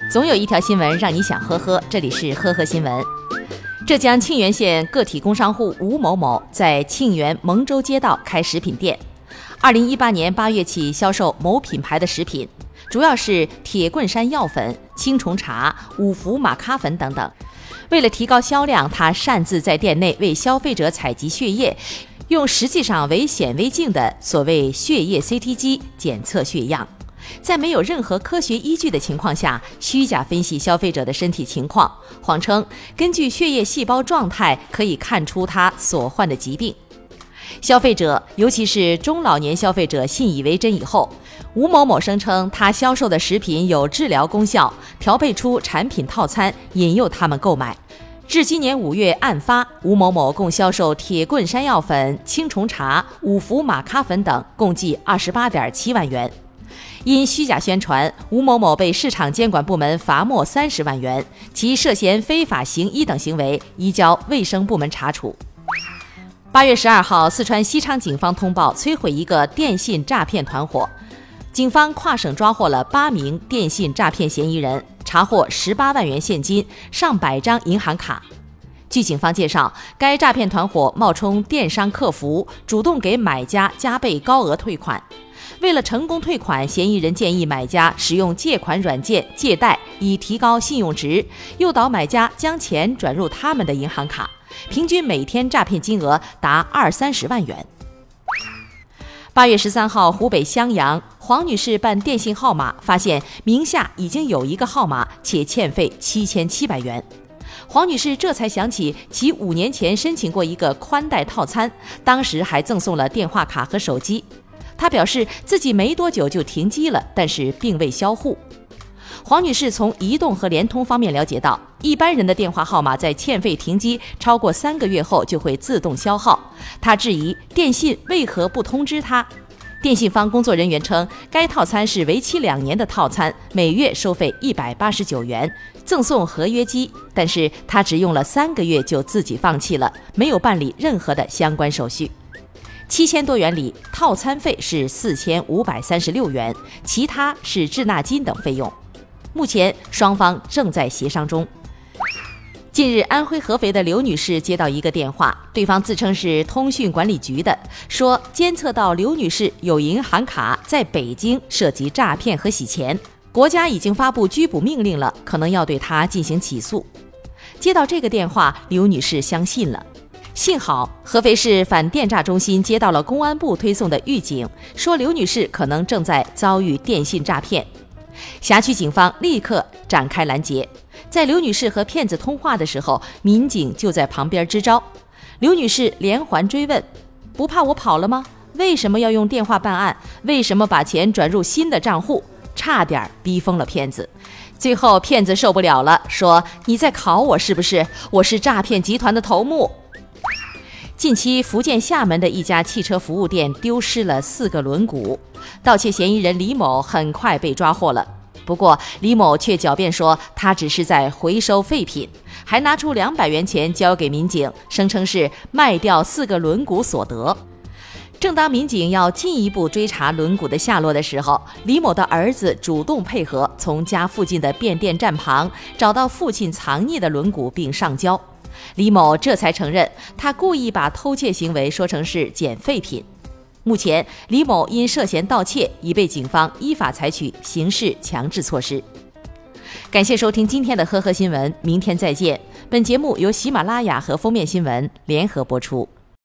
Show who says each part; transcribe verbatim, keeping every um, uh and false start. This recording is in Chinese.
Speaker 1: 总有一条新闻让你想呵呵，这里是呵呵新闻。浙江庆元县个体工商户吴某某在庆元蒙州街道开食品店，二零一八年八月起销售某品牌的食品，主要是铁棍山药粉、青虫茶、五福玛咖粉等等。为了提高销量，他擅自在店内为消费者采集血液，用实际上为显微镜的所谓血液 C T 机检测血样，在没有任何科学依据的情况下，虚假分析消费者的身体情况，谎称根据血液细胞状态可以看出他所患的疾病。消费者，尤其是中老年消费者信以为真以后，吴某某声称他销售的食品有治疗功效，调配出产品套餐，引诱他们购买。至今年五月案发，吴某某共销售铁棍山药粉、青虫茶、五福玛咖粉等，共计二十八点七万元。因虚假宣传，吴某某被市场监管部门罚没三十万元，其涉嫌非法行医等行为移交卫生部门查处。八月十二号，四川西昌警方通报摧毁一个电信诈骗团伙，警方跨省抓获了八名电信诈骗嫌疑人，查获十八万元现金、上百张银行卡。据警方介绍，该诈骗团伙冒充电商客服，主动给买家加倍高额退款。为了成功退款，嫌疑人建议买家使用借款软件借贷，以提高信用值，诱导买家将钱转入他们的银行卡，平均每天诈骗金额达二三十万元。八月十三号，湖北襄阳，黄女士办电信号码，发现名下已经有一个号码，且欠费七千七百元。黄女士这才想起其五年前申请过一个宽带套餐，当时还赠送了电话卡和手机。她表示自己没多久就停机了，但是并未销户。黄女士从移动和联通方面了解到，一般人的电话号码在欠费停机超过三个月后就会自动消耗。她质疑电信为何不通知她。电信方工作人员称，该套餐是为期两年的套餐，每月收费一百八十九元，赠送合约机，但是她只用了三个月就自己放弃了，没有办理任何的相关手续。七千多元里，套餐费是四千五百三十六元，其他是滞纳金等费用。目前双方正在协商中。近日，安徽合肥的刘女士接到一个电话，对方自称是通讯管理局的，说监测到刘女士有银行卡在北京涉及诈骗和洗钱，国家已经发布拘捕命令了，可能要对她进行起诉。接到这个电话，刘女士相信了。幸好合肥市反电诈中心接到了公安部推送的预警，说刘女士可能正在遭遇电信诈骗。辖区警方立刻展开拦截，在刘女士和骗子通话的时候，民警就在旁边支招。刘女士连环追问：不怕我跑了吗？为什么要用电话办案？为什么把钱转入新的账户？差点逼疯了骗子。最后骗子受不了了，说：你在考我是不是？我是诈骗集团的头目。近期，福建厦门的一家汽车服务店丢失了四个轮毂，盗窃嫌疑人李某很快被抓获了。不过，李某却狡辩说他只是在回收废品，还拿出两百元钱交给民警，声称是卖掉四个轮毂所得。正当民警要进一步追查轮毂的下落的时候，李某的儿子主动配合，从家附近的变电站旁找到父亲藏匿的轮毂并上交。李某这才承认，他故意把偷窃行为说成是捡废品。目前，李某因涉嫌盗窃，已被警方依法采取刑事强制措施。感谢收听今天的呵呵新闻，明天再见。本节目由喜马拉雅和封面新闻联合播出。